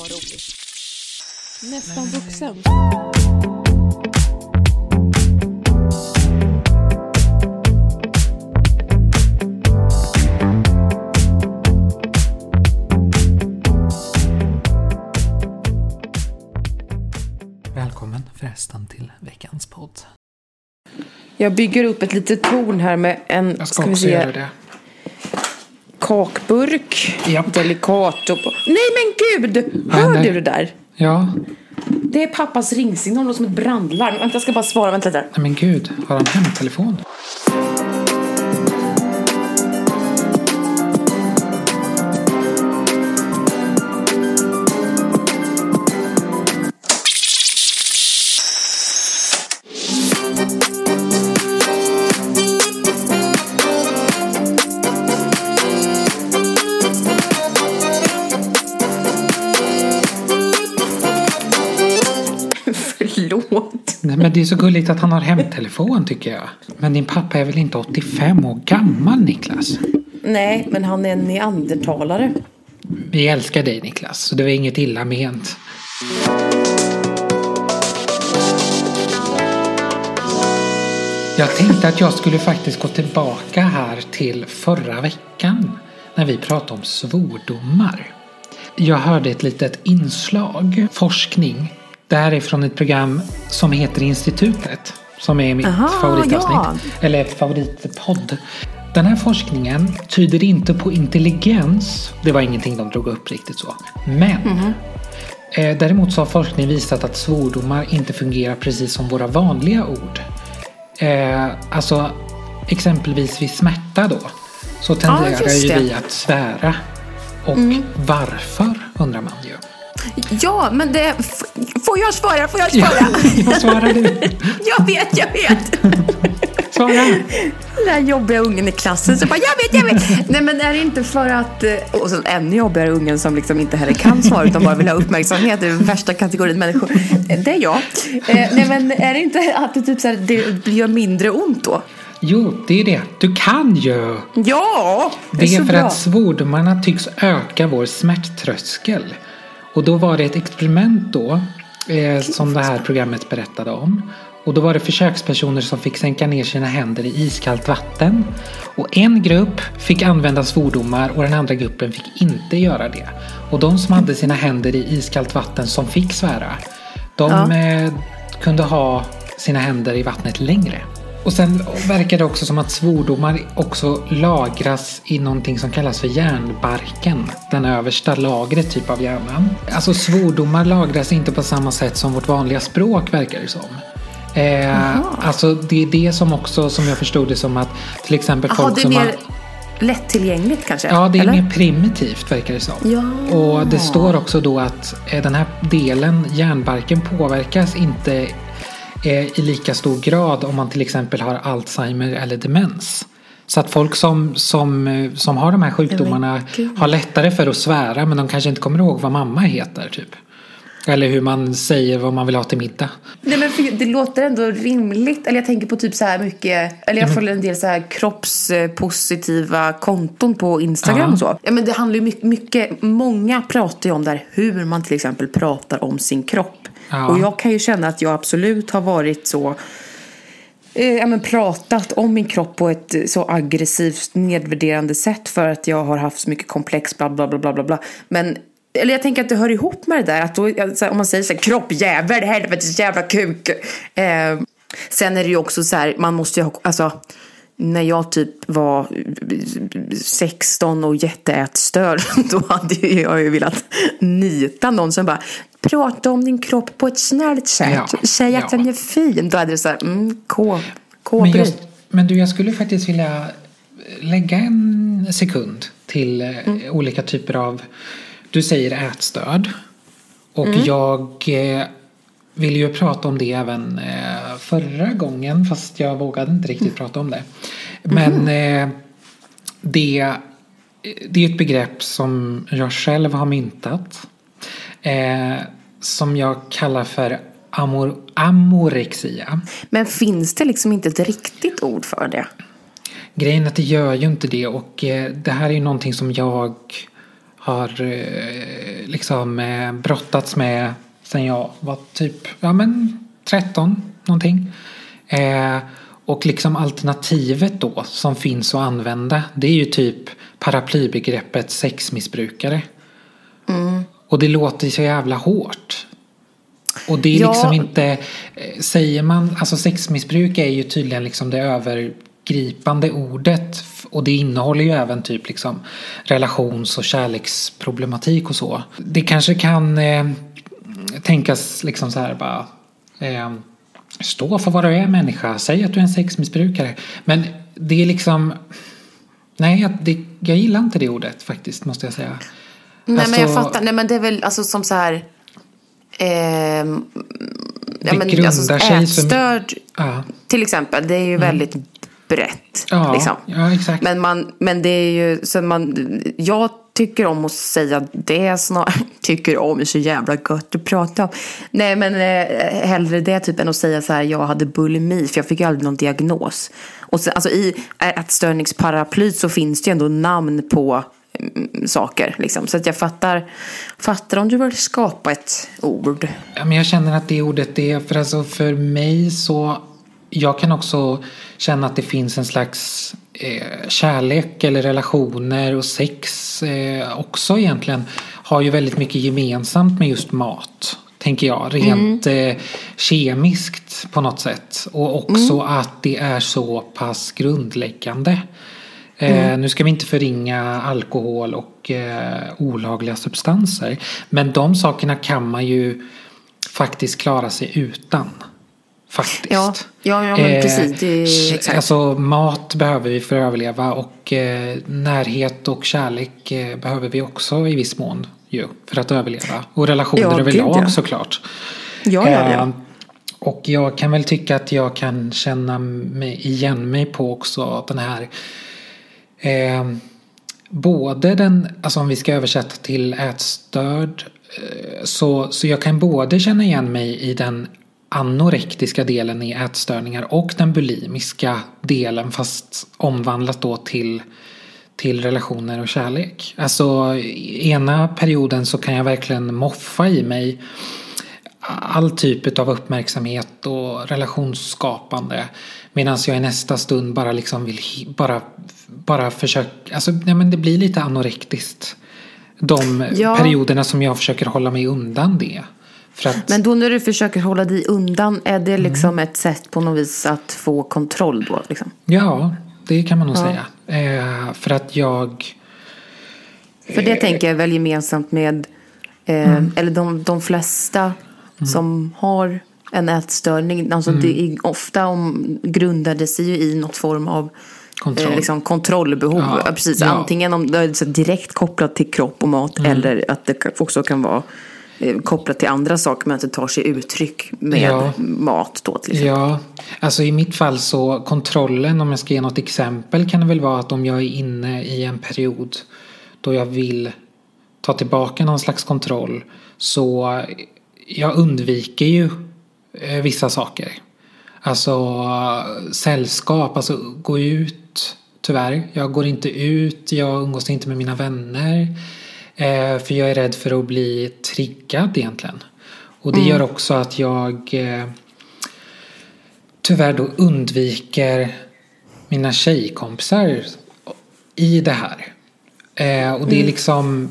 var roligt. Nästan vuxen. Välkommen förresten till veckans podd. Jag bygger upp ett litet torn här med en, jag ska också göra det. Kakburk. Japp. Delicato. Nej men gud! Hör du det där? Ja. Det är pappas ringsignal som ett brandlarm. Vänta, jag ska bara svara. Vänta lite. Nej men gud, har han hemtelefon? Nej, men det är så gulligt att han har hemtelefon tycker jag. Men din pappa är väl inte 85 år gammal, Niklas? Nej, men han är en neandertalare. Vi älskar dig, Niklas, så det var inget illa ment. Jag tänkte att jag skulle faktiskt gå tillbaka här till förra veckan när vi pratade om svordomar. Jag hörde ett litet inslag, forskning. Det här är från ett program som heter Institutet, som är mitt favoritavsnitt, eller favoritpodd. Den här forskningen tyder inte på intelligens, det var ingenting de drog upp riktigt så. Men däremot så har forskningen visat att svordomar inte fungerar precis som våra vanliga ord. Alltså exempelvis vid smärta då, så tenderar ju vi att svära. Och varför undrar man ju. Ja, men det... Får jag svara? Ja, svarar du? Jag vet. Svara. Den här jobbiga ungen i klassen så bara, jag vet. Nej, men är det inte för att... Och så ännu jobbigare ungen som liksom inte heller kan svara utan bara vill ha uppmärksamhet. Det är den värsta kategorin människor. Det är jag. Nej, men är det inte att det typ så här, det gör mindre ont då? Jo, det är det. Du kan ju. Ja, det är för bra. Att svordomarna tycks öka vår smärttröskel. Och då var det ett experiment då som det här programmet berättade om. Och då var det försökspersoner som fick sänka ner sina händer i iskallt vatten. Och en grupp fick använda svordomar och den andra gruppen fick inte göra det. Och de som hade sina händer i iskallt vatten som fick svära, de kunde ha sina händer i vattnet längre. Och sen verkar det också som att svordomar också lagras i någonting som kallas för hjärnbarken. Den översta lagret typ av hjärnan. Alltså svordomar lagras inte på samma sätt som vårt vanliga språk verkar det som. Alltså det är det som också, som jag förstod det som att till exempel folk som har... lättillgängligt kanske? Ja, det är mer primitivt verkar det som. Ja. Och det står också då att den här delen, hjärnbarken, påverkas inte i lika stor grad om man till exempel har Alzheimer eller demens. Så att folk som har de här sjukdomarna har lättare för att svära, men de kanske inte kommer ihåg vad mamma heter typ. Eller hur man säger vad man vill ha till middag. Nej, men det låter ändå rimligt. Eller jag tänker på typ så här mycket... Eller jag följer en del så här kroppspositiva konton på Instagram och så. Ja, men det handlar ju mycket... Många pratar ju om där hur man till exempel pratar om sin kropp. Ja. Och jag kan ju känna att jag absolut har varit så... pratat om min kropp på ett så aggressivt, nedvärderande sätt för att jag har haft så mycket komplex bla bla bla bla bla. Men... Eller jag tänker att det hör ihop med det där. Att då, om man säger så här, kroppjävel, helvetes jävla kuk. Sen är det ju också så här, man måste ju ha, alltså, när jag typ var 16 och jätteätstörd, då hade jag ju velat nita någon som bara, prata om din kropp på ett snällt sätt. Säg att den är fin. Då hade det så här, Men du, jag skulle faktiskt vilja lägga en sekund till olika typer av... Du säger ätstörd. Och jag ville ju prata om det även förra gången. Fast jag vågade inte riktigt prata om det. Men det är ett begrepp som jag själv har myntat. Som jag kallar för amorexia. Men finns det liksom inte ett riktigt ord för det? Grejen är att det gör ju inte det. Och det här är ju någonting som jag liksom brottats med sen jag var typ 13 någonting. Och liksom alternativet då som finns att använda, det är ju typ paraplybegreppet sexmissbrukare. Och det låter så jävla hårt. Och det är liksom inte, säger man, alltså sexmissbruk är ju tydligen liksom det övergripande ordet, och det innehåller ju även typ liksom relations- och kärleksproblematik och så. Det kanske kan tänkas liksom så här bara stå för vad du är, människa, säg att du är en sexmissbrukare, men det är liksom jag gillar inte det ordet faktiskt, måste jag säga. Nej, alltså, men jag fattar. Nej, men det är väl alltså som så här det grundar sig ätstörd till exempel, det är ju väldigt brett liksom. Ja, exakt. Men det är ju så jag tycker om att säga det tycker om är så jävla gött att prata om. Nej, men hellre det typ än att säga så här, jag hade bulimi, för jag fick ju aldrig någon diagnos. Och så, alltså i ätstörningsparaplyt så finns det ju ändå namn på saker liksom. Så att jag fattar om du vill skapa ett ord. Ja, men jag känner att det ordet är för mig så, jag kan också känna att det finns en slags kärlek eller relationer och sex också egentligen har ju väldigt mycket gemensamt med just mat, tänker jag, rent kemiskt på något sätt, och också att det är så pass grundläggande. Nu ska vi inte förringa alkohol och olagliga substanser, men de sakerna kan man ju faktiskt klara sig utan. Faktiskt. Ja, men precis. Det är exakt. Alltså mat behöver vi för att överleva, och närhet och kärlek behöver vi också i viss mån för att överleva. Och relationer överlag såklart. Ja. Och jag kan väl tycka att jag kan känna igen mig på också den här både den, alltså om vi ska översätta till ätstörd, så jag kan både känna igen mig i den anorektiska delen i ätstörningar och den bulimiska delen, fast omvandlat då till relationer och kärlek. Alltså ena perioden så kan jag verkligen moffa i mig all typ av uppmärksamhet och relationsskapande, medan jag i nästa stund bara liksom vill bara försöka, alltså men det blir lite anorektiskt de perioderna som jag försöker hålla mig undan det. Men då när du försöker hålla dig undan, är det liksom ett sätt på något vis att få kontroll då liksom? Ja, det kan man nog säga. För att för det tänker jag väl gemensamt med eller de flesta som har en ätstörning, alltså det är ofta grundade sig ju i något form av liksom kontrollbehov. Precis, antingen om det är så direkt kopplat till kropp och mat, eller att det också kan vara kopplat till andra saker, men att det tar sig uttryck med mat då till exempel. Ja, alltså i mitt fall så kontrollen, om jag ska ge något exempel, kan det väl vara att om jag är inne i en period då jag vill ta tillbaka någon slags kontroll, så jag undviker ju vissa saker. Alltså sällskap, alltså gå ut, tyvärr. Jag går inte ut, jag umgås inte med mina vänner. För jag är rädd för att bli triggad egentligen. Och det gör också att jag tyvärr då undviker mina tjejkompisar i det här. Och det är liksom,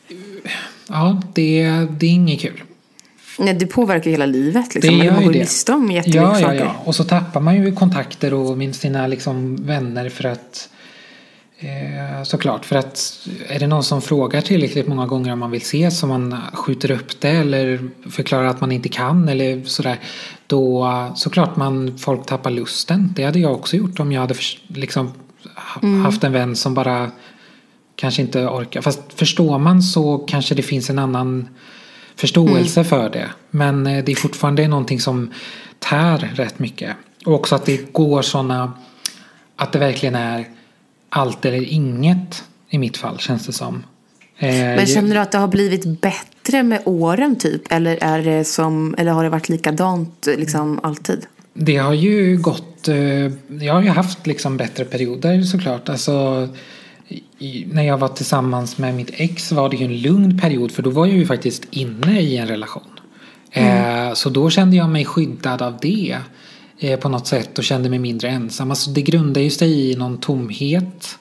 det är inget kul. Nej, det påverkar hela livet liksom. Man går miste om jättemycket saker. Ja. Och så tappar man ju kontakter och sina liksom vänner för att såklart, för att är det någon som frågar tillräckligt många gånger om man vill ses, så man skjuter upp det eller förklarar att man inte kan eller sådär, då såklart folk tappar lusten. Det hade jag också gjort om jag hade liksom haft en vän som bara kanske inte orkar. Fast förstår man så kanske det finns en annan förståelse för det. Men det är fortfarande någonting som tär rätt mycket. Och också att det går sådana, att det verkligen är allt eller inget i mitt fall, känns det som. Men känner du att det har blivit bättre med åren typ? Eller är det eller har det varit likadant liksom alltid? Det har ju gått, jag har ju haft liksom bättre perioder såklart. Alltså när jag var tillsammans med mitt ex var det ju en lugn period, för då var jag ju faktiskt inne i en relation. Så då kände jag mig skyddad av det på något sätt och kände mig mindre ensam. Alltså det grundar ju sig i någon tomhet.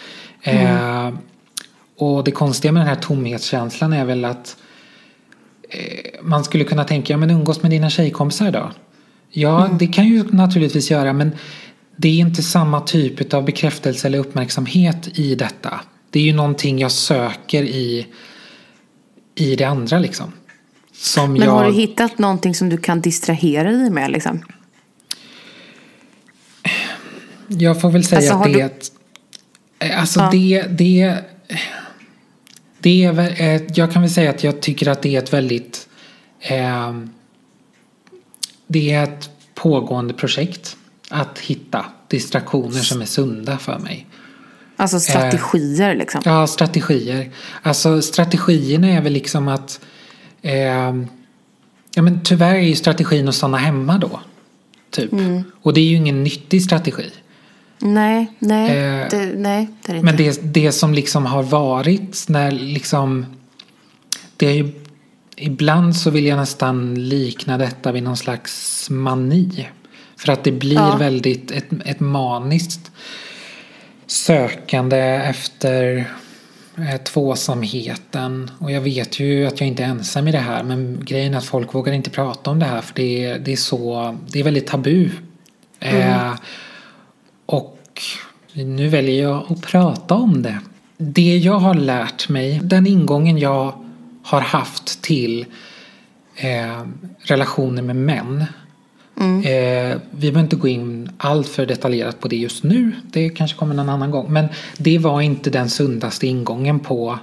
Och det konstiga med den här tomhetskänslan är väl att man skulle kunna tänka, ja men umgås med dina tjejkompisar då. Ja, det kan ju naturligtvis göra, men det är inte samma typ av bekräftelse eller uppmärksamhet i detta. Det är ju någonting jag söker i det andra liksom. Men har du hittat någonting som du kan distrahera dig med liksom? Jag får väl säga att det är jag kan väl säga att jag tycker att det är ett väldigt det är ett pågående projekt att hitta distraktioner som är sunda för mig. Alltså strategier liksom. Ja, strategier. Alltså strategierna är väl liksom att ja men tyvärr är ju strategin att stanna hemma då. Typ. Och det är ju ingen nyttig strategi. Nej, det är inte. Men det som liksom har varit när liksom det är ju ibland så vill jag nästan likna detta vid någon slags mani. För att det blir väldigt ett maniskt sökande efter tvåsamheten. Och jag vet ju att jag inte är ensam i det här, men grejen är att folk vågar inte prata om det här, för det är väldigt tabu. Och nu väljer jag att prata om det. Det jag har lärt mig, den ingången jag har haft till relationer med män. Vi behöver inte gå in allt för detaljerat på det just nu. Det kanske kommer någon annan gång. Men det var inte den sundaste ingången på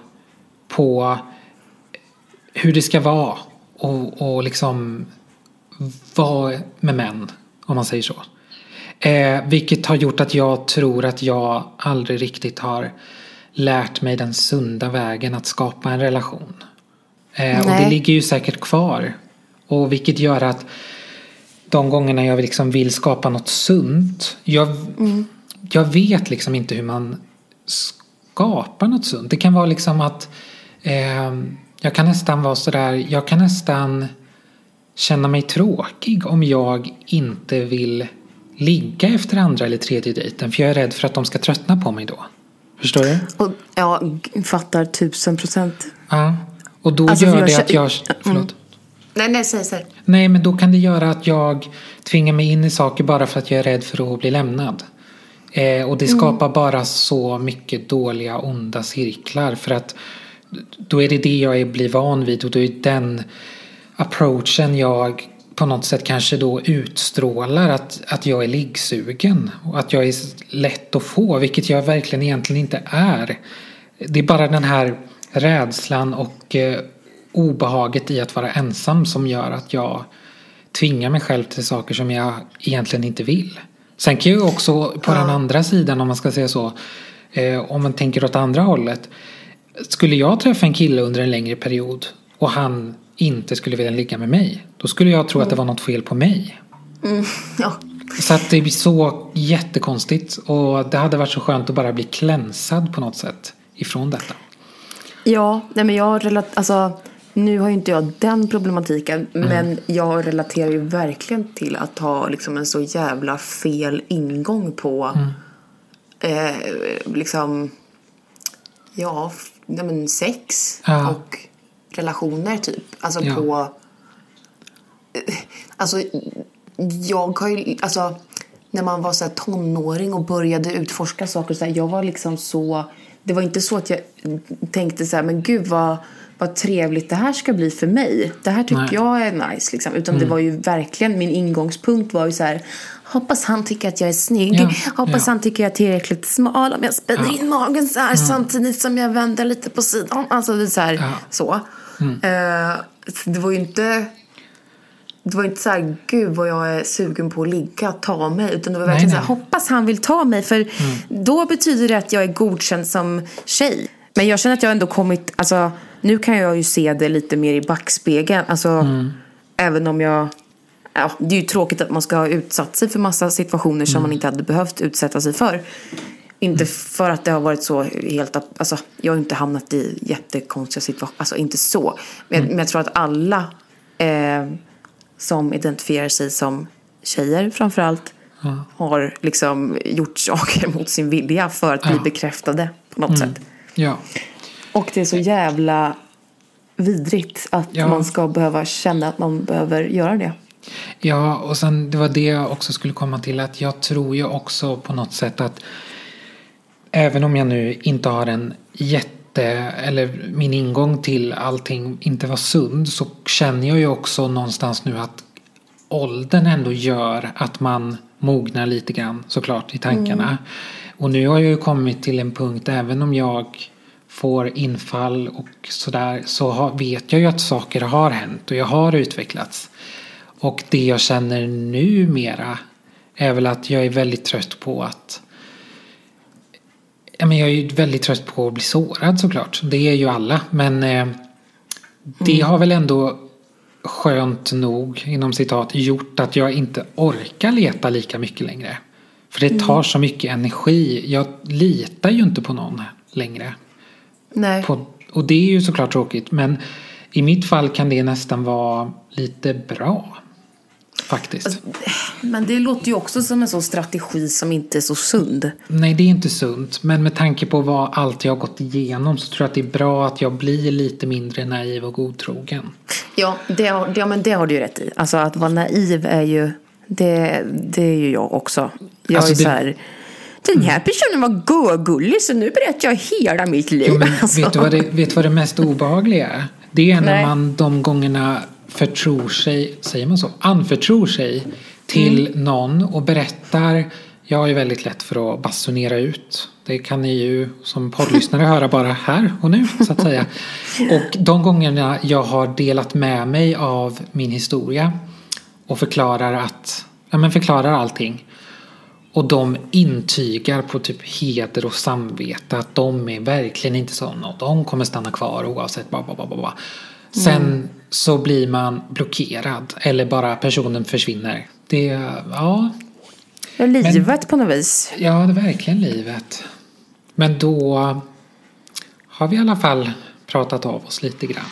hur det ska vara. Och liksom vara med män, om man säger så. Vilket har gjort att jag tror att jag aldrig riktigt har lärt mig den sunda vägen att skapa en relation. Och det ligger ju säkert kvar. Och vilket gör att de gångerna jag liksom vill skapa något sunt. Jag vet liksom inte hur man skapar något sunt. Det kan vara liksom att jag kan nästan vara sådär. Jag kan nästan känna mig tråkig om jag inte vill ligga efter andra eller tredje dejten. För jag är rädd för att de ska tröttna på mig då. Förstår du? Ja, fattar 1000%. Ja, och då alltså, gör det att jag... Förlåt. Nej, säg. Nej, men då kan det göra att jag tvingar mig in i saker bara för att jag är rädd för att bli lämnad. Och det skapar bara så mycket dåliga, onda cirklar. För att då är det jag blir van vid. Och då är den approachen jag på något sätt kanske då utstrålar att jag är liggsugen. Och att jag är lätt att få, vilket jag verkligen egentligen inte är. Det är bara den här rädslan och obehaget i att vara ensam som gör att jag tvingar mig själv till saker som jag egentligen inte vill. Sen kan jag också på den andra sidan, om man ska säga så, om man tänker åt andra hållet, skulle jag träffa en kille under en längre period och han inte skulle vilja ligga med mig, då skulle jag tro att det var något fel på mig. Så att det blir så jättekonstigt, och det hade varit så skönt att bara bli klänsad på något sätt ifrån detta. Ja, nej men alltså nu har ju inte jag den problematiken, men jag relaterar ju verkligen till att ha liksom en så jävla fel ingång på liksom sex och relationer typ. Alltså på alltså jag har ju alltså när man var så här tonåring och började utforska saker så här, jag var liksom så, det var inte så att jag tänkte så här, men gud vad trevligt det här ska bli för mig. Det här tycker jag är nice liksom. Utan det var ju verkligen, min ingångspunkt var ju så här, hoppas han tycker att jag är snygg. Hoppas han tycker jag är tillräckligt smal om jag spänner in magen så här samtidigt som jag vänder lite på sidan. Alltså det är så här, så. Det var ju inte så här, gud vad jag är sugen på att ligga, ta mig. Utan det var verkligen så här, hoppas han vill ta mig. För då betyder det att jag är godkänd som tjej. Men jag känner att jag ändå kommit, alltså nu kan jag ju se det lite mer i backspegeln. Alltså även om jag, det är ju tråkigt att man ska ha utsatt sig för massa situationer som man inte hade behövt utsätta sig för. Inte för att det har varit så helt... Alltså, jag har inte hamnat i jättekonstiga situationer. Alltså, inte så. Men jag tror att alla som identifierar sig som tjejer framförallt har liksom gjort saker mot sin vilja för att bli bekräftade på något sätt. Ja. Och det är så jävla vidrigt att man ska behöva känna att man behöver göra det. Ja, och sen det var det jag också skulle komma till, att jag tror ju också på något sätt att även om jag nu inte har en eller min ingång till allting inte var sund, så känner jag ju också någonstans nu att åldern ändå gör att man mognar lite grann, såklart, i tankarna. Och nu har jag ju kommit till en punkt, även om jag får infall och sådär, så vet jag ju att saker har hänt och jag har utvecklats. Och det jag känner nu mera är väl att jag är väldigt trött på att... Jag är ju väldigt trött på att bli sårad, såklart. Det är ju alla. Men det har väl ändå skönt nog, inom citat, gjort att jag inte orkar leta lika mycket längre. För det tar så mycket energi. Jag litar ju inte på någon längre. Nej. Och det är ju såklart tråkigt. Men i mitt fall kan det nästan vara lite bra. Faktiskt. Alltså, men det låter ju också som en sån strategi som inte är så sund. Nej, det är inte sunt. Men med tanke på allt jag har gått igenom, så tror jag att det är bra att jag blir lite mindre naiv och godtrogen. Ja, men det har du ju rätt i. Alltså att vara naiv är ju... Det är ju jag också. Jag alltså är så här... Den här personen var gullig, så nu berättar jag hela mitt liv. Jo, men alltså. vet du vad det mest obehagliga är? Det är när man de gångerna förtror sig, säger man så, anförtror sig till någon och berättar. Jag är ju väldigt lätt för att basunera ut. Det kan ni ju som poddlyssnare höra bara här och nu, så att säga. Och de gångerna jag har delat med mig av min historia och förklarar allting. Och de intygar på typ heder och samvete att de är verkligen inte sådana och de kommer stanna kvar oavsett Sen så blir man blockerad eller bara personen försvinner. Det, livet på något vis. Ja, det är verkligen livet. Men då har vi i alla fall pratat av oss lite grann.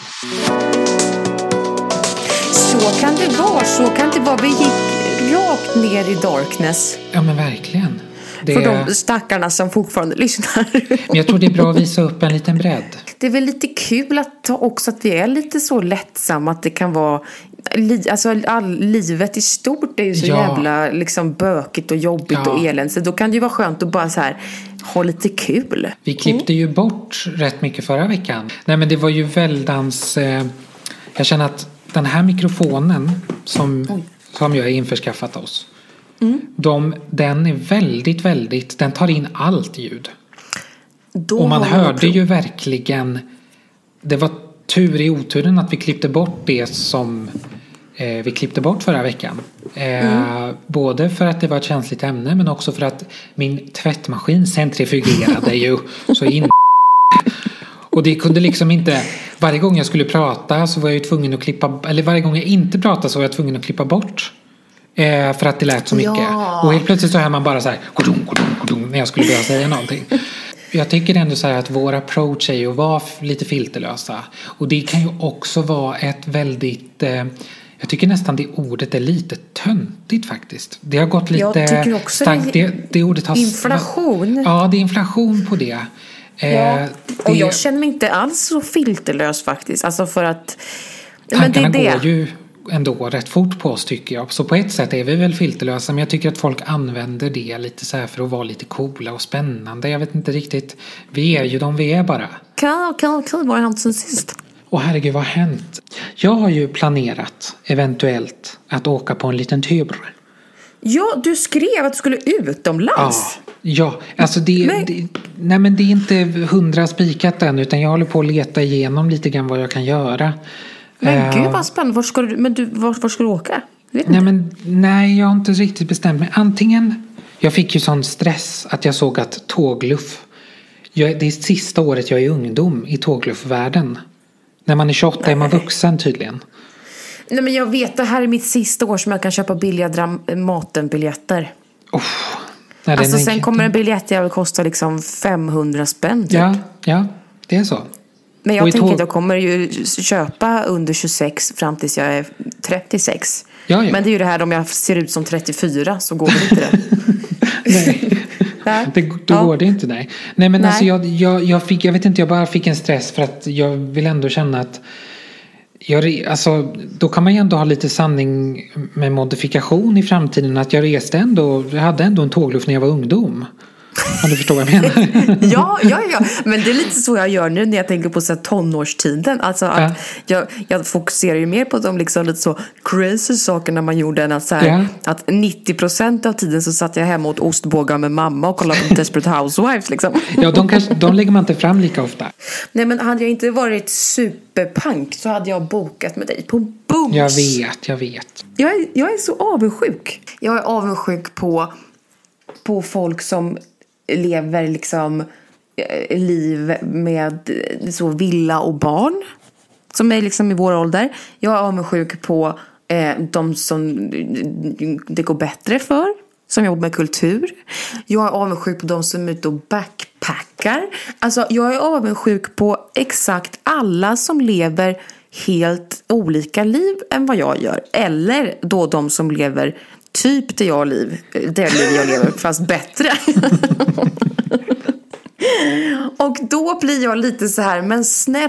Så kan det vara. Vi gick rakt ner i darkness. Ja, men verkligen. För de stackarna som fortfarande lyssnar. Men jag tror det är bra att visa upp en liten bredd. Det är väl lite kul att vi är lite så lättsamma att det kan vara... Alltså livet i stort är ju så jävla liksom bökigt och jobbigt och eländigt. Så då kan det ju vara skönt att bara så här ha lite kul. Vi klippte ju bort rätt mycket förra veckan. Nej, men det var ju väldans... jag känner att den här mikrofonen som jag har införskaffat oss. Den är väldigt, väldigt... Den tar in allt ljud. Och man hörde ju verkligen... Det var tur i oturen att vi klippte bort det som vi klippte bort förra veckan. Både för att det var ett känsligt ämne, men också för att min tvättmaskin centrifugerade ju så in. Och det kunde liksom inte... Varje gång jag skulle prata så var jag ju tvungen att klippa... Eller varje gång jag inte pratade så var jag tvungen att klippa bort. För att det lät så mycket. Och helt plötsligt så hör man bara så här... När jag skulle börja säga någonting. Jag tycker ändå så här att vår approach är ju att vara lite filterlösa. Och det kan ju också vara ett väldigt... jag tycker nästan det ordet är lite töntigt faktiskt. Det har gått lite... Jag tycker också starkt, det ordet har... Inflation. Ja, det är inflation på det. Och jag känner mig inte alls så filterlös faktiskt. Alltså för att... Tankarna går ju ändå rätt fort på oss, tycker jag. Så på ett sätt är vi väl filterlösa, men jag tycker att folk använder det lite så här för att vara lite coola och spännande. Jag vet inte riktigt. Vi är ju de vi är bara. Kan vad har hänt sen sist? Åh herregud, vad har hänt? Jag har ju planerat eventuellt att åka på en liten tur. Ja, du skrev att du skulle utomlands. Ja, alltså nej men det är inte 100 spikat än, utan jag håller på att leta igenom lite grann vad jag kan göra. Men gud vad spännande. Var ska du åka? Nej, jag har inte riktigt bestämt mig. Antingen, jag fick ju sån stress att jag såg att tågluff. Det är sista året jag är ungdom i tågluffvärlden. När man är 28 är man vuxen tydligen. Nej, men jag vet, det här är mitt sista år som jag kan köpa billiga Dramatenbiljetter. Nej, alltså sen kommer en biljett att kosta liksom 500 spänn typ. Ja, det är så. Men jag tänker att jag kommer ju köpa under 26 fram tills jag är 36. Ja. Men det är ju det här, om jag ser ut som 34 så går det inte det. Nej, då går det inte. Nej men nej. Alltså jag vet inte, jag bara fick en stress för att jag vill ändå känna att alltså, då kan man ju ändå ha lite sanning med modifikation i framtiden, att jag hade ändå en tågluft när jag var ungdom. Om du förstår vad jag menar. Ja. Men det är lite så jag gör nu när jag tänker på så här tonårstiden. Alltså att jag fokuserar ju mer på de liksom lite så crazy sakerna man gjorde än att så här, att 90% av tiden så satt jag hemma åt ostbågar med mamma och kollade på Desperate Housewives liksom. Ja, de lägger man inte fram lika ofta. Nej, men hade jag inte varit superpunk så hade jag bokat med dig på Booms. Jag vet. Jag är så avundsjuk. Jag är avundsjuk på folk som lever liksom liv med så villa och barn som är liksom i vår ålder. Jag är avundsjuk på de som det går bättre för, som jobbar med kultur. Jag är avundsjuk på de som är ute och backpackar. Alltså jag är avundsjuk på exakt alla som lever helt olika liv än vad jag gör. Eller då de som lever typ det liv jag lever, fast bättre. Och då blir jag lite så här, men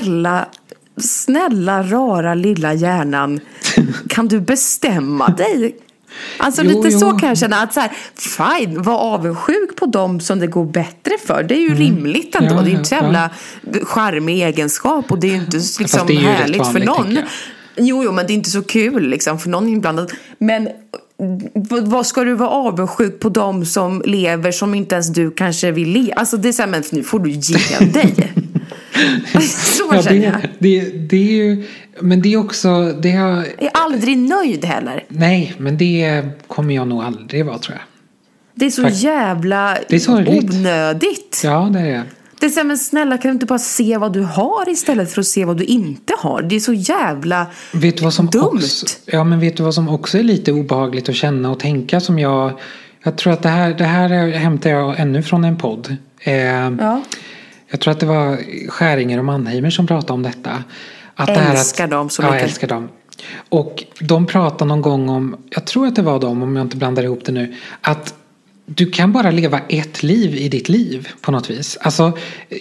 snälla rara lilla hjärnan, kan du bestämma dig? Alltså lite så kan jag känna, att så här, fine, var avundsjuk på dem som det går bättre för. Det är ju rimligt ändå. Det är inte så jävla charmig egenskap, och det är ju inte liksom är ju härligt för någon. Jo, men det är inte så kul liksom för någon inblandad. Men vad ska du vara avundsjuk på dem som lever som inte ens du kanske vill leva? Alltså det är så här, men nu får du ge dig. Så känner jag. Det är ju, men det är också jag är aldrig nöjd heller. Nej, men det kommer jag nog aldrig vara, tror jag. Det är så jävla onödigt. Ja, det är det. Det är så här, men snälla, kan du inte bara se vad du har istället för att se vad du inte har? Det är så jävla dumt. Men vet du vad som också är lite obehagligt att känna och tänka, som jag tror att det här hämtar jag ännu från en podd. Jag tror att det var Skäringer och Mannheimer som pratade om detta. Älskar dem så mycket. Ja, älskar dem. Och de pratade någon gång om, jag tror att det var dem, om jag inte blandar ihop det nu, att du kan bara leva ett liv i ditt liv på något vis. Alltså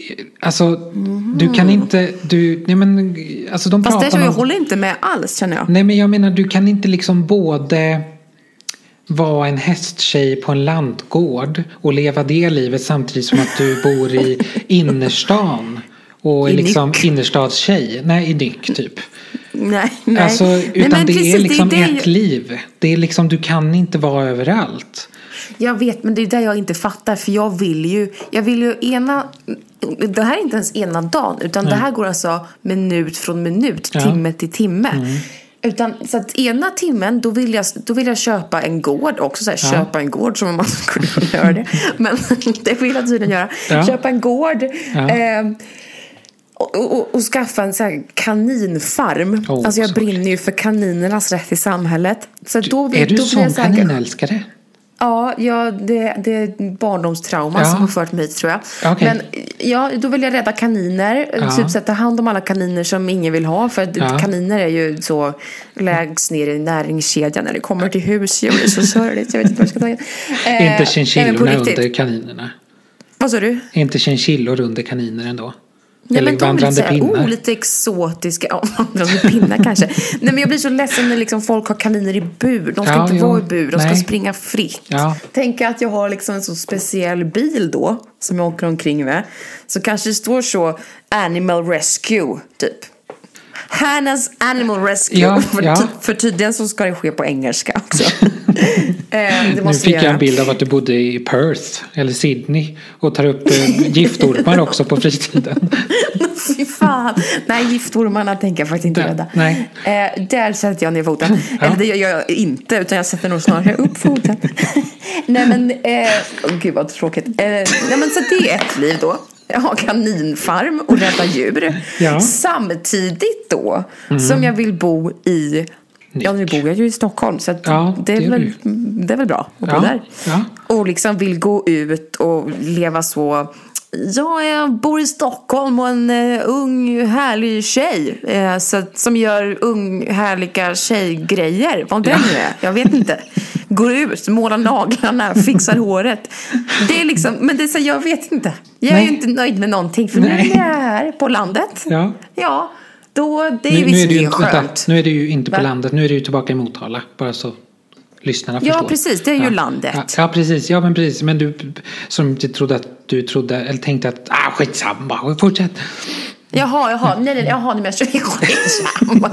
du kan inte de fast det jag håller inte med alls, känner jag. Nej, men jag menar, du kan inte liksom både vara en hästtjej på en lantgård och leva det livet samtidigt som att du bor i innerstan och är liksom innerstadstjej. Nej, i Nyck typ. Nej. Alltså, utan nej, det precis, är liksom det ett liv. Det är liksom, du kan inte vara överallt. Jag vet, men det är där jag inte fattar. För jag vill ju det här är inte ens ena dagen, utan det här går alltså minut från minut, timme till timme. Utan så att ena timmen då vill jag köpa en gård också, så här, köpa en gård som man skulle kunna göra det. Men det vill jag tydligen göra. Köpa en gård. Och skaffa en så här kaninfarm. Alltså jag brinner ju för kaninernas rätt i samhället. Så är du sån kaninälskare? Ja, det är barndomstrauma som har fört mig hit, tror jag. Okay. Men då vill jag rädda kaniner. Typ sätta hand om alla kaniner som ingen vill ha. För att kaniner är ju så lägst ner i näringskedjan när det kommer till husdjur. Det är så sörligt, jag vet inte vad jag ska ta in. Inte chinchillorna under kaninerna. Vad sa du? Inte chinchillor under kaniner ändå. Nej, men de blir pinnar. Lite exotiska. Vandrande pinnar kanske. Nej, men jag blir så ledsen när liksom folk har kaniner i bur. De ska inte vara i bur. De ska springa fritt. Tänk att jag har liksom en så speciell bil då, som jag åker omkring med. Så kanske det står så Animal Rescue typ. Hannas Animal Rescue. För tydligen så ska det ske på engelska också. Nu fick jag en bild av att du bodde i Perth eller Sydney och tar upp giftormar också på fritiden. Fy fan. Nej, giftormarna tänker jag faktiskt inte rädda. Där sätter jag ner foten. Eller det gör jag inte, utan jag sätter nog snarare upp foten. Nej, men gud vad tråkigt. Nej, men så det är ett liv då. Jag har kaninfarm och rädda djur. Samtidigt då som jag vill bo i nytt. Ja, nu bor jag ju i Stockholm, så att Ja, det är väl bra att bo där. Ja. Och liksom vill gå ut och leva så. Ja, jag bor i Stockholm och en ung härlig tjej som gör härliga tjejgrejer. Vad det nu är, jag vet inte. Går ut, målar naglarna, fixar håret. Det är liksom, men det är så, jag vet inte. Jag är ju inte nöjd med någonting, för nu är jag här på landet. Ja, då det är ju visserligen skönt. Nu är det ju inte på landet, nu är det ju tillbaka i Motala, bara så lyssnarna förstår. Ja, precis, det är ju landet. Ja, precis. Ja, men precis. Men du som trodde att du trodde, eller tänkte att skitsamma, fortsätt. Jaha, nej, men jag kör skitsamma.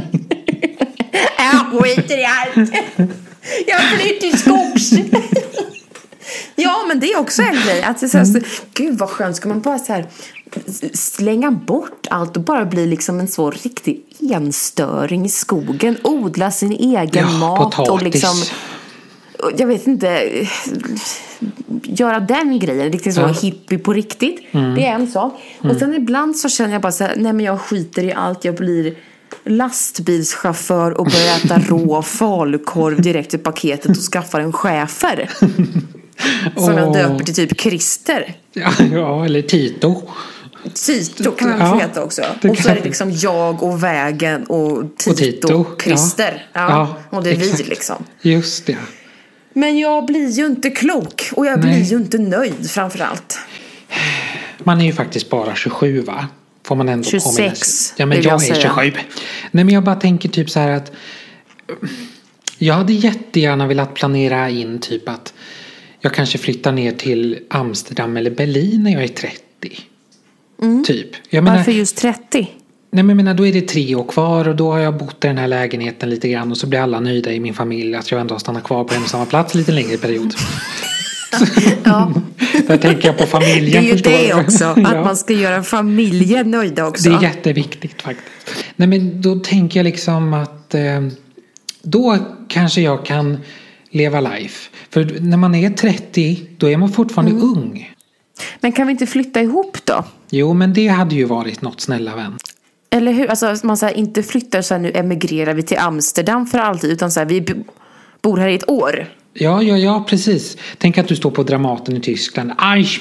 Jag skiter i allt. Jag flyr till skogs. Ja, men det är också en grej. Att det är så, gud vad skönt, ska man bara så här slänga bort allt och bara bli liksom en så riktig enstöring i skogen, odla sin egen mat potatis. Och liksom, jag vet inte, göra den grejen riktigt så hippie på riktigt. Det är en sak. Och sen ibland så känner jag bara så här, nej men jag skiter i allt, jag blir lastbilschaufför och börjar äta rå falukorv direkt i paketet och skaffar en schäfer. Som jag döper till typ Christer. Ja, eller Tito. Tito kan man få heta också. Och så är det liksom jag och vägen och Tito. Christer. Ja, och det är vi liksom. Just det. Men jag blir ju inte klok. Och jag blir ju inte nöjd framförallt. Man är ju faktiskt bara 27, va? Får man ändå 26. Ja, men jag är 27. Nej, men jag bara tänker typ så här att jag hade jättegärna velat planera in typ att jag kanske flyttar ner till Amsterdam eller Berlin när jag är 30. Typ. Varför just 30? Nej, men då är det 3 år kvar och då har jag bott i den här lägenheten lite grann och så blir alla nöjda i min familj att jag ändå har stannat kvar på en och samma plats lite längre period. Ja. Där tänker jag på familjen. Det är ju det också, att man ska göra familjen nöjda också. Det är jätteviktigt faktiskt. Nej, men då tänker jag liksom att då kanske jag kan leva life. För när man är 30, då är man fortfarande ung. Men kan vi inte flytta ihop då? Jo, men det hade ju varit något, snälla vän. Eller hur? Alltså man säger inte flyttar så här, nu emigrerar vi till Amsterdam för alltid, utan så här, vi bor här i ett år. Ja, precis. Tänk att du står på Dramaten i Tyskland.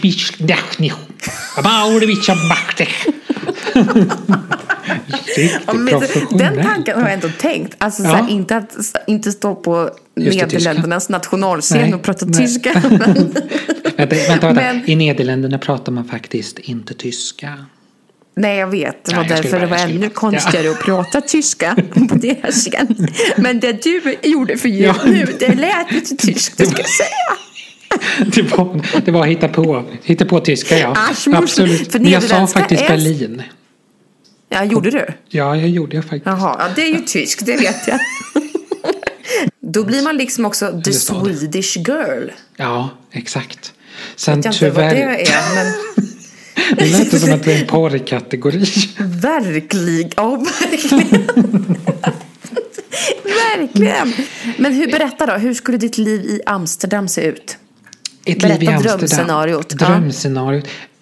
Den tanken har jag ändå tänkt. Alltså så här, inte stå på Nederländernas nationalscen och prata tyska. Vänta. Men i Nederländerna pratar man faktiskt inte tyska. Nej, jag vet. Det var därför det var ännu konstigare att prata tyska på deras scen. Men det du gjorde för ljud nu, det lät lite tyskt, ska jag säga. Det var hitta på tyska, ja. Absolut. Men jag sa faktiskt Berlin. Ja, gjorde du? Ja, jag gjorde jag faktiskt. Jaha, ja, det är ju tysk, det vet jag. Då blir man liksom också the Swedish girl. Ja, exakt. Sen jag vet inte vad det är, men... Det låter som att det är en porrkategori. Verkligen. Verkligen. Men berätta då, hur skulle ditt liv i Amsterdam se ut? Berätta drömscenariot. Drömscenariot.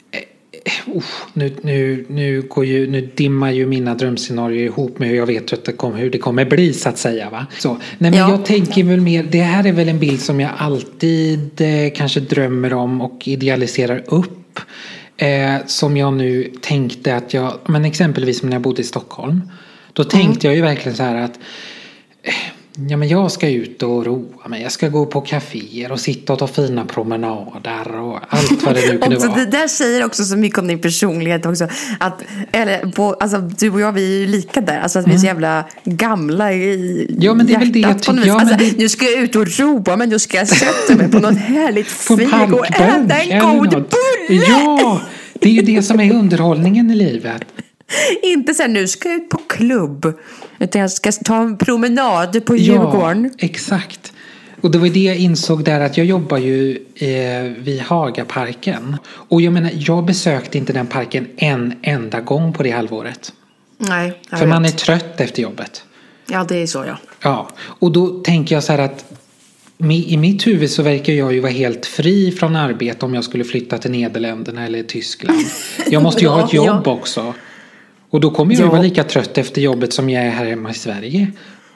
Nu dimmar ju mina drömscenarier ihop med hur jag vet hur det kommer bli, så att säga, va? Så, nej, men jag tänker väl mer, det här är väl en bild som jag alltid kanske drömmer om och idealiserar upp. Som jag nu tänkte att men exempelvis när jag bodde i Stockholm, då tänkte jag ju verkligen så här att men jag ska ut och roa mig, jag ska gå på kaféer och sitta och ta fina promenader och allt vad det nu kunde vara. Det där säger också så mycket om din personlighet också, att, alltså, du och jag, vi är ju lika där, alltså att vi är så jävla gamla i men det är väl det jag tycker. Nu ska jag ut och roa, men nu ska jag sätta mig på något härligt fik och äta en god bulle. Ja, det är ju det som är underhållningen i livet. Inte så här, nu ska jag ut på klubb, utan jag ska ta en promenad på Djurgården. Ja, exakt. Och det var det jag insåg där, att jag jobbar ju vid Hagaparken. Och jag menar, jag besökte inte den parken en enda gång på det halvåret. Nej, för man är trött efter jobbet. Ja, det är så, ja. Ja, och då tänker jag så här att i mitt huvud så verkar jag ju vara helt fri från arbete om jag skulle flytta till Nederländerna eller Tyskland. Jag måste ju ha ett jobb också. Och då kommer jag ju vara lika trött efter jobbet som jag är här hemma i Sverige.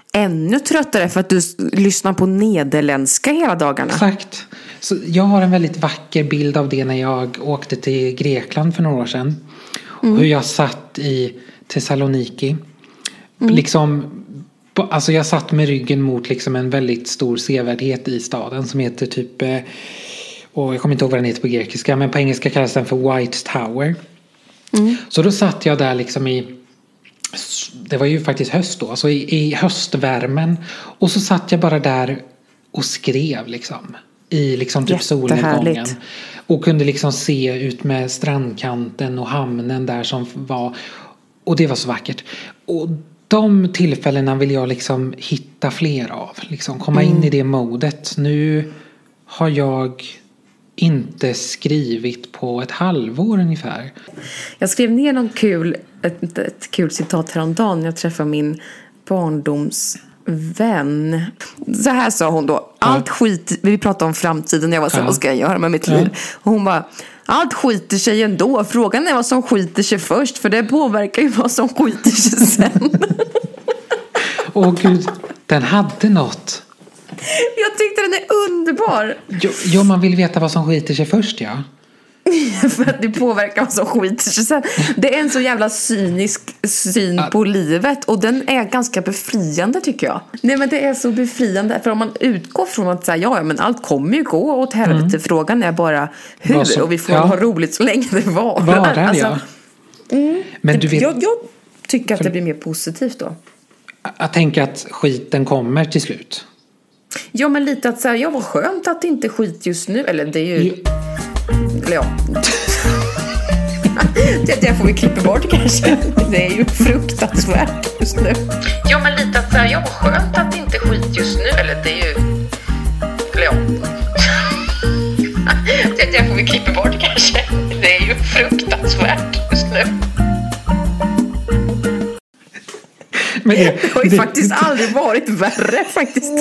ännu tröttare för att du lyssnar på nederländska hela dagarna. Exakt. Så jag har en väldigt vacker bild av det när jag åkte till Grekland för några år sedan. Hur jag satt i Thessaloniki. Liksom, alltså jag satt med ryggen mot liksom en väldigt stor sevärdhet i staden som heter typ, och jag kommer inte ihåg vad den heter på grekiska, men på engelska kallas den för White Tower. Så då satt jag där liksom det var ju faktiskt höst då, så i höstvärmen, och så satt jag bara där och skrev liksom i liksom typ solnedgången och kunde liksom se ut med strandkanten och hamnen där som var, och det var så vackert. Och de tillfällena vill jag liksom hitta fler av, liksom komma in i det modet. Nu har jag inte skrivit på ett halvår ungefär. Jag skrev ner någon ett kul citat häromdagen när jag träffade min barndomsvän. Så här sa hon då: allt skit, vi pratade om framtiden, jag var så här, vad ska jag göra med mitt liv? Och hon bara: allt skiter sig ändå. Frågan är vad som skiter sig först, för det påverkar ju vad som skiter sig sen. Åh gud, den hade något. Jag tyckte den är underbar. Jo, man vill veta vad som skiter sig först, ja. För att det påverkar vad som skiter sig sen. Det är en så jävla cynisk syn på livet, och den är ganska befriande tycker jag. Nej, men det är så befriande, för om man utgår från att säga ja, men allt kommer ju gå åt helvete. Frågan är bara hur, och vi får ha roligt så länge det varar. Alltså, men du vet, jag tycker att det blir mer positivt då. Jag tänker att skiten kommer till slut. Ja, men lite att säga, ja, vad skönt att det inte är skit just nu. Eller det är ju... Eller ja. Det får vi klippa bort kanske. Det är ju fruktansvärt just nu. Ja, men lite att säga, ja, vad skönt att det inte är skit just nu. Eller det är ju... Eller ja. Det får vi klippa bort kanske. Det är ju fruktansvärt just nu. Men det har ju faktiskt aldrig varit värre faktiskt.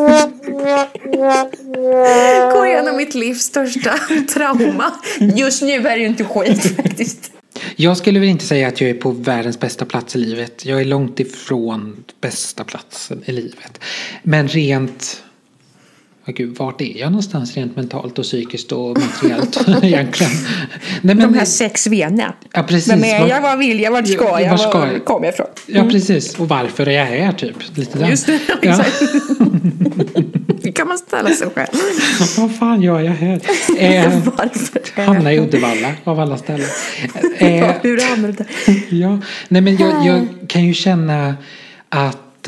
Går igenom mitt livs största trauma. Just nu är det ju inte skit faktiskt. Jag skulle väl inte säga att jag är på världens bästa plats i livet. Jag är långt ifrån bästa platsen i livet. Men rent... Gud, vart är jag någonstans rent mentalt och psykiskt och materiellt egentligen? Nej, men, de här 6 V:na. Ja, precis. Vem är jag, vad vill jag, vart ska jag, var kommer jag ifrån? Ja, precis. Och varför är jag här, typ? Lite där. Just det, exakt. Det kan man ställa sig själv. Vad fan gör jag här? Varför? Hamnar i Uddevalla, av alla ställen. Hur hamnar du där? Ja, nej men jag kan ju känna att...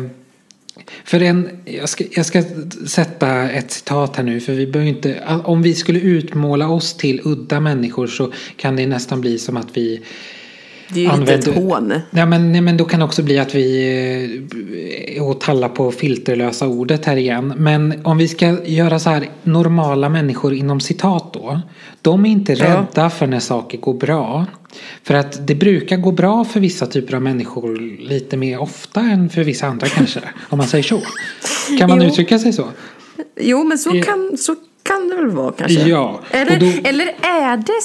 jag ska sätta ett citat här nu, för vi behöver inte, om vi skulle utmåla oss till udda människor så kan det nästan bli som att vi det är ju lite ett hån. Nej, men då kan det också bli att vi och talla på filterlösa ordet här igen. Men om vi ska göra så här, normala människor inom citat då, de är inte rädda för när saker går bra. För att det brukar gå bra för vissa typer av människor lite mer ofta än för vissa andra kanske, om man säger så. Kan man uttrycka sig så? Jo, men så kan det väl vara kanske. Ja. Eller är det...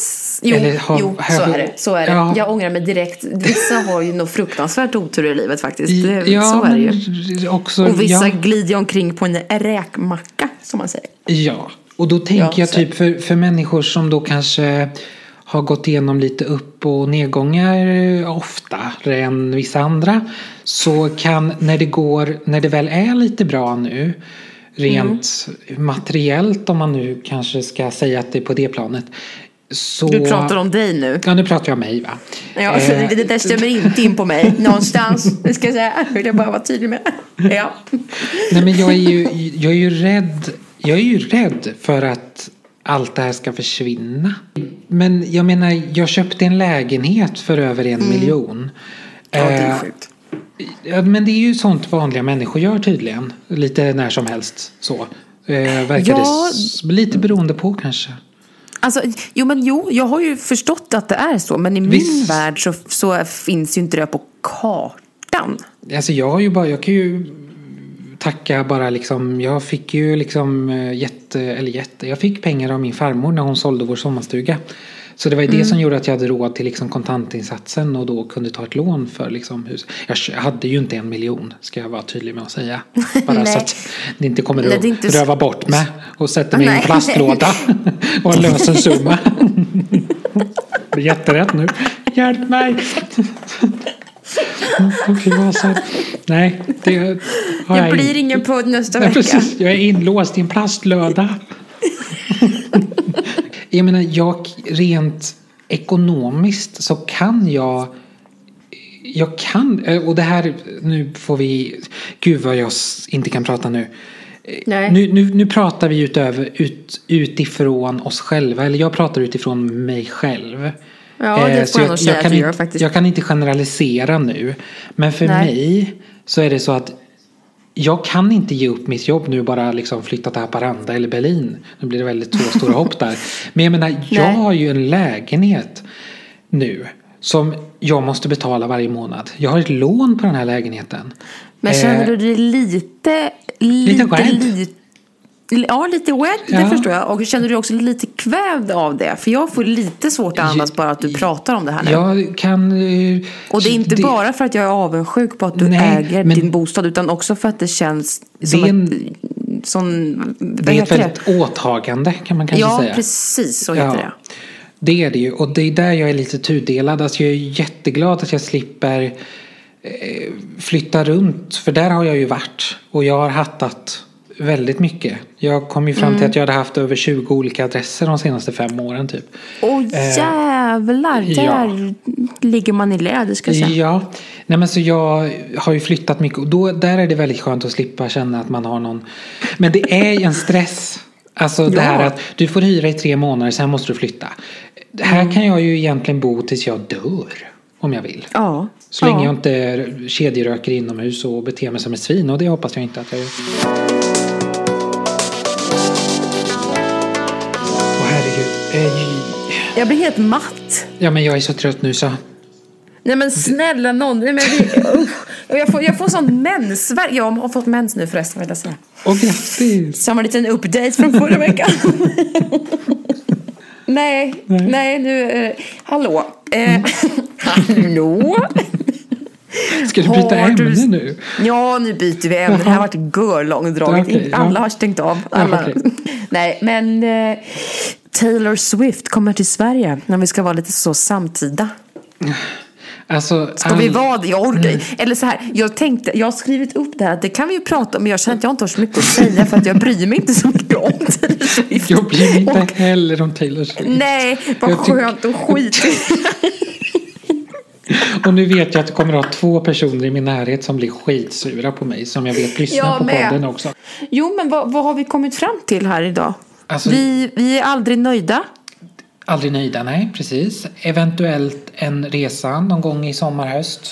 Så är det. Ja. Jag ångrar mig direkt. Vissa har ju nog fruktansvärt otur i livet faktiskt. Så är det ju. Också, och vissa glider omkring på en räkmacka, som man säger. Ja, och då tänker jag typ för människor som då kanske har gått igenom lite upp- och nedgångar oftare än vissa andra, så kan, när det väl är lite bra nu, rent materiellt, om man nu kanske ska säga att det är på det planet. Så... Du pratar om dig nu. Ja, nu pratar jag om mig, va? Ja, för det där stämmer inte in på mig någonstans. Det ska jag säga. Vill jag bara vara tydlig med. Ja. Nej, men jag är ju rädd. Jag är ju rädd för att allt det här ska försvinna. Men jag menar, jag köpte en lägenhet för över 1 miljon. Ja, det är sjukt. Ja, men det är ju sånt vanliga människor gör tydligen. Lite när som helst så. Verkar det lite beroende på kanske. Alltså, jag har ju förstått att det är så. Men i min värld så finns ju inte det på kartan. Alltså jag kan ju tacka bara liksom. Jag fick ju liksom jag fick pengar av min farmor när hon sålde vår sommarstuga. Så det var ju det som gjorde att jag hade råd till liksom kontantinsatsen och då kunde ta ett lån för liksom hus. Jag hade ju inte 1 miljon, ska jag vara tydlig med att säga. Bara så att det inte kommer att röva bort mig och sätta mig i en plastlåda och en lösensumma. Det är jätterätt nu. Hjälp mig! Nej, det blir ingen podd nästa vecka. Precis, jag är inlåst i en plastlåda. Jag menar, rent ekonomiskt så kan jag kan, och det här, nu får vi, gud vad jag inte kan prata nu. Nej. Nu pratar vi utifrån oss själva, eller jag pratar utifrån mig själv. Ja, det får jag nog säga att du gör faktiskt. Jag kan inte generalisera nu, men för mig så är det så att jag kan inte ge upp mitt jobb nu, bara liksom flytta till Haparanda eller Berlin. Nu blir det väldigt 2 stora hopp där. Men jag menar, jag har ju en lägenhet nu som jag måste betala varje månad. Jag har ett lån på den här lägenheten. Men känner du dig lite Ja, lite wet, det förstår jag. Och känner du också lite kvävd av det? För jag får lite svårt att andas bara att du pratar om det här nu. Jag kan... Och det är inte bara för att jag är avundsjuk på att du äger din bostad, utan också för att det känns som det är ett väldigt åtagande, kan man kanske säga. Ja, precis, så heter det. Det är det ju, och det är där jag är lite tudelad. Alltså jag är jätteglad att jag slipper flytta runt, för där har jag ju varit. Och jag har hattat väldigt mycket. Jag kom ju fram till att jag hade haft över 20 olika adresser de senaste 5 åren typ. Jävlar, där ligger man i läder, ska jag säga. Ja, nej men så jag har ju flyttat mycket, och där är det väldigt skönt att slippa känna att man har någon. Men det är en stress. Alltså det här att du får hyra i 3 månader, sen måste du flytta. Här kan jag ju egentligen bo tills jag dör, om jag vill. Ja. Så länge jag inte kedjeröker inomhus och beter mig som ett svin, och det hoppas jag inte att jag gör. Jag blir helt matt. Ja, men jag är så trött nu så. Nej men snälla någon. Jag får sån mensvärk. Jag har fått mens nu förresten, vill jag säga. Och grattis. Samma liten update från förra veckan. Nej, nu. Hallå. Hallå. Ska du byta ämne nu? Ja, nu byter vi ämne. Det här har varit görlångdraget. Okay, alla har stängt av. Alla. Okay. Nej, men Taylor Swift kommer till Sverige när vi ska vara lite så samtida. Alltså, ska vi vara det? Jag orkar. Eller så här, jag har skrivit upp det här. Det kan vi ju prata om, men jag känner att jag inte har så mycket att säga för att jag bryr mig inte så mycket om Taylor Swift. Jag bryr mig inte heller om Taylor Swift. Nej, vad skönt och skit. Och nu vet jag att det kommer att ha 2 personer i min närhet som blir skitsura på mig, som jag vet lyssnar på podden också. Jo, men vad har vi kommit fram till här idag? Alltså, vi är aldrig nöjda. Aldrig nöjda, nej, precis. Eventuellt en resa någon gång i sommar, höst.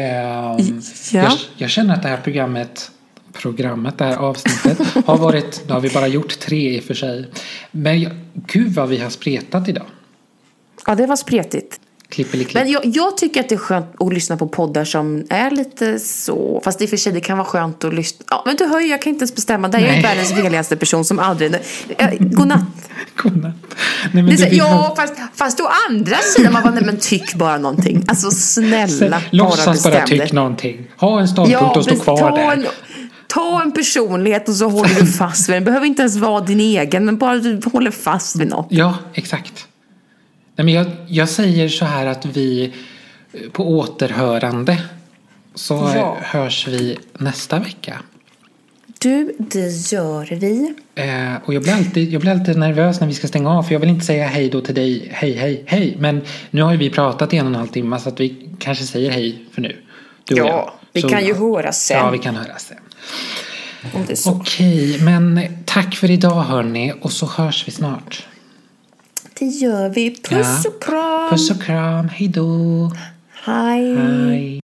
Jag känner att det här det här avsnittet har varit, nu har vi bara gjort 3 i och för sig. Men gud vad vi har spretat idag. Ja, det var spretigt. Men jag tycker att det är skönt att lyssna på poddar som är lite så. Fast i och för sig det kan vara skönt att lyssna. Ja, men du hör ju, jag kan inte ens bestämma. Det är ju världens veligaste person som aldrig. Godnatt. Godnatt. Nej, men fast å andra sidan man bara, nej men tyck bara någonting. Alltså snälla. Låtsas bara tyck någonting. Ha en ståndpunkt och stå kvar där. Ta en personlighet och så håller du fast vid den. Behöver inte ens vara din egen, men bara du håller fast vid något. Ja, exakt. Nej, men jag säger så här att vi på återhörande så hörs vi nästa vecka. Du, det gör vi. Och jag blir alltid nervös när vi ska stänga av, för jag vill inte säga hej då till dig. Hej. Men nu har ju vi pratat i 1,5 timme, så att vi kanske säger hej för nu. Vi kan ju höras sen. Ja, vi kan höras sen. Okej, men tack för idag hörni, och så hörs vi snart. Det gör vi. Puss och kram. Puss och kram. Hej då. Hej.